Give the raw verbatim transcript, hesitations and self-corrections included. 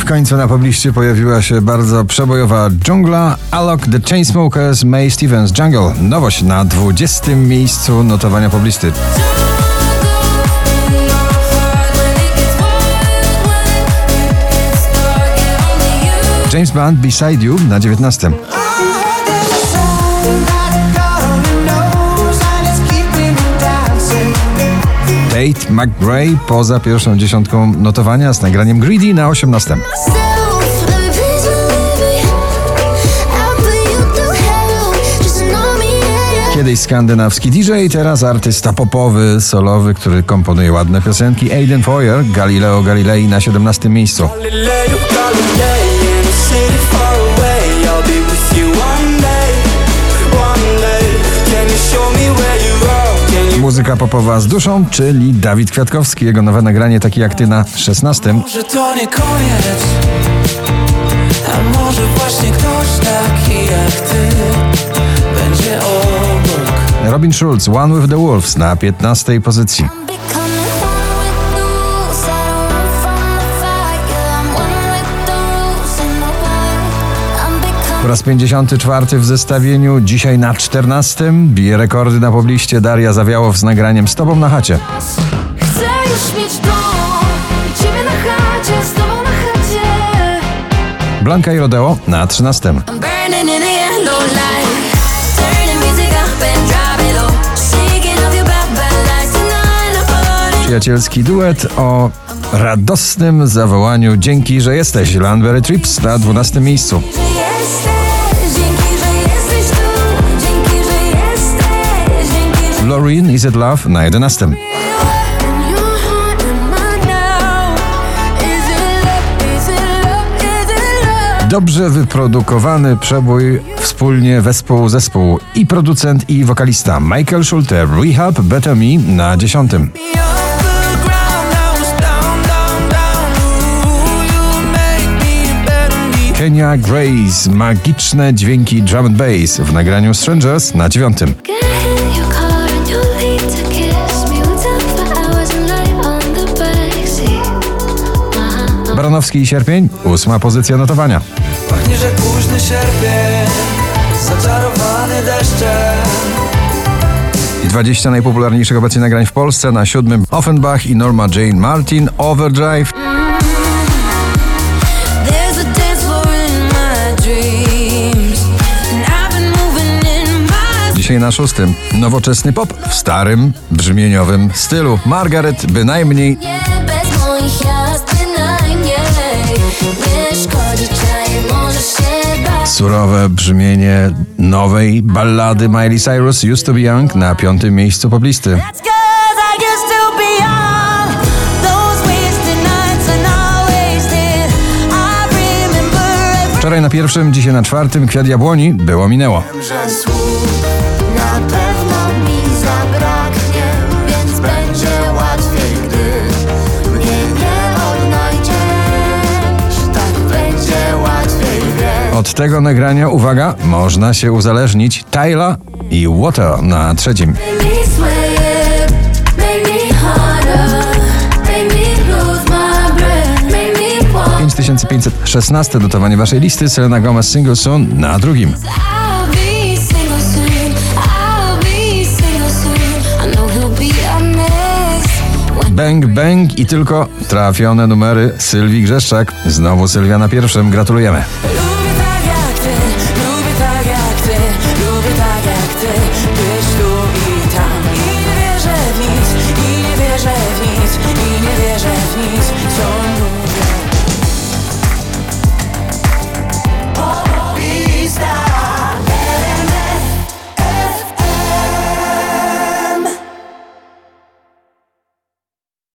końcu na pobliście pojawiła się bardzo przebojowa dżungla. Alok, The Chainsmokers, Mae Stevens, Jungle. Nowość na dwudziestym miejscu notowania poblisty. James Blunt, Beside You na dziewiętnastym. Tate McRae poza pierwszą dziesiątką notowania z nagraniem Greedy na osiemnastym. Kiedyś skandynawski D J, teraz artysta popowy, solowy, który komponuje ładne piosenki. Aiden Foyer, Galileo Galilei na siedemnastym miejscu. Muzyka popowa z duszą, czyli Dawid Kwiatkowski. Jego nowe nagranie Taki jak ty na szesnastym. Może to nie koniec, a może właśnie ktoś taki jak ty będzie obok. Robin Schulz, One with the Wolves na piętnastej pozycji. Po raz pięćdziesiąty czwarty w zestawieniu, dzisiaj na czternastym. Bije rekordy na pobliście Daria Zawiałow z nagraniem Z tobą na chacie. Chcę już mieć dom i ciebie na chacie, z tobą na chacie. Blanka i Rodeo na trzynastym. Przyjacielski duet o radosnym zawołaniu Dzięki, że jesteś. Lanberry Trips na dwunastym miejscu. Loreen, Is It Love na jedenastym. Dobrze wyprodukowany przebój wspólnie wespół zespół i producent i wokalista Michael Schulte, Rehab, Better Me na dziesiątym. Kenya Grace, magiczne dźwięki drum and bass w nagraniu Strangers na dziewiątym. Baranowski i Sierpień, ósma pozycja notowania. Pachnie, że późny sierpień, zaczarowany deszczem. dwadzieścia najpopularniejszych obecnie nagrań w Polsce na siódmym. Offenbach i Norma Jane Martin, Overdrive. Dzisiaj na szóstym. Nowoczesny pop w starym, brzmieniowym stylu. Margaret, bynajmniej. Surowe brzmienie nowej ballady Miley Cyrus, Used to be Young na piątym miejscu poblisty. Wczoraj na pierwszym, dzisiaj na czwartym. Kwiat jabłoni, było minęło. Na pewno mi zabraknie, więc będzie łatwiej, gdy mnie nie odnajdziesz. Tak będzie łatwiej, wiesz. Od tego nagrania, uwaga, można się uzależnić. Tyla i Water na trzecim. pięć tysięcy pięćset szesnaście dotowanie waszej listy. Selena Gomez, Single Soon na drugim. Bang Bang i tylko trafione numery Sylwii Grzeszczak. Znowu Sylwia na pierwszym. Gratulujemy. Lubię tak jak ty, lubię tak jak ty, lubię tak jak ty, być tu i tam. I nie wierzę w nic, i nie wierzę w nic, i nie wierzę w nic.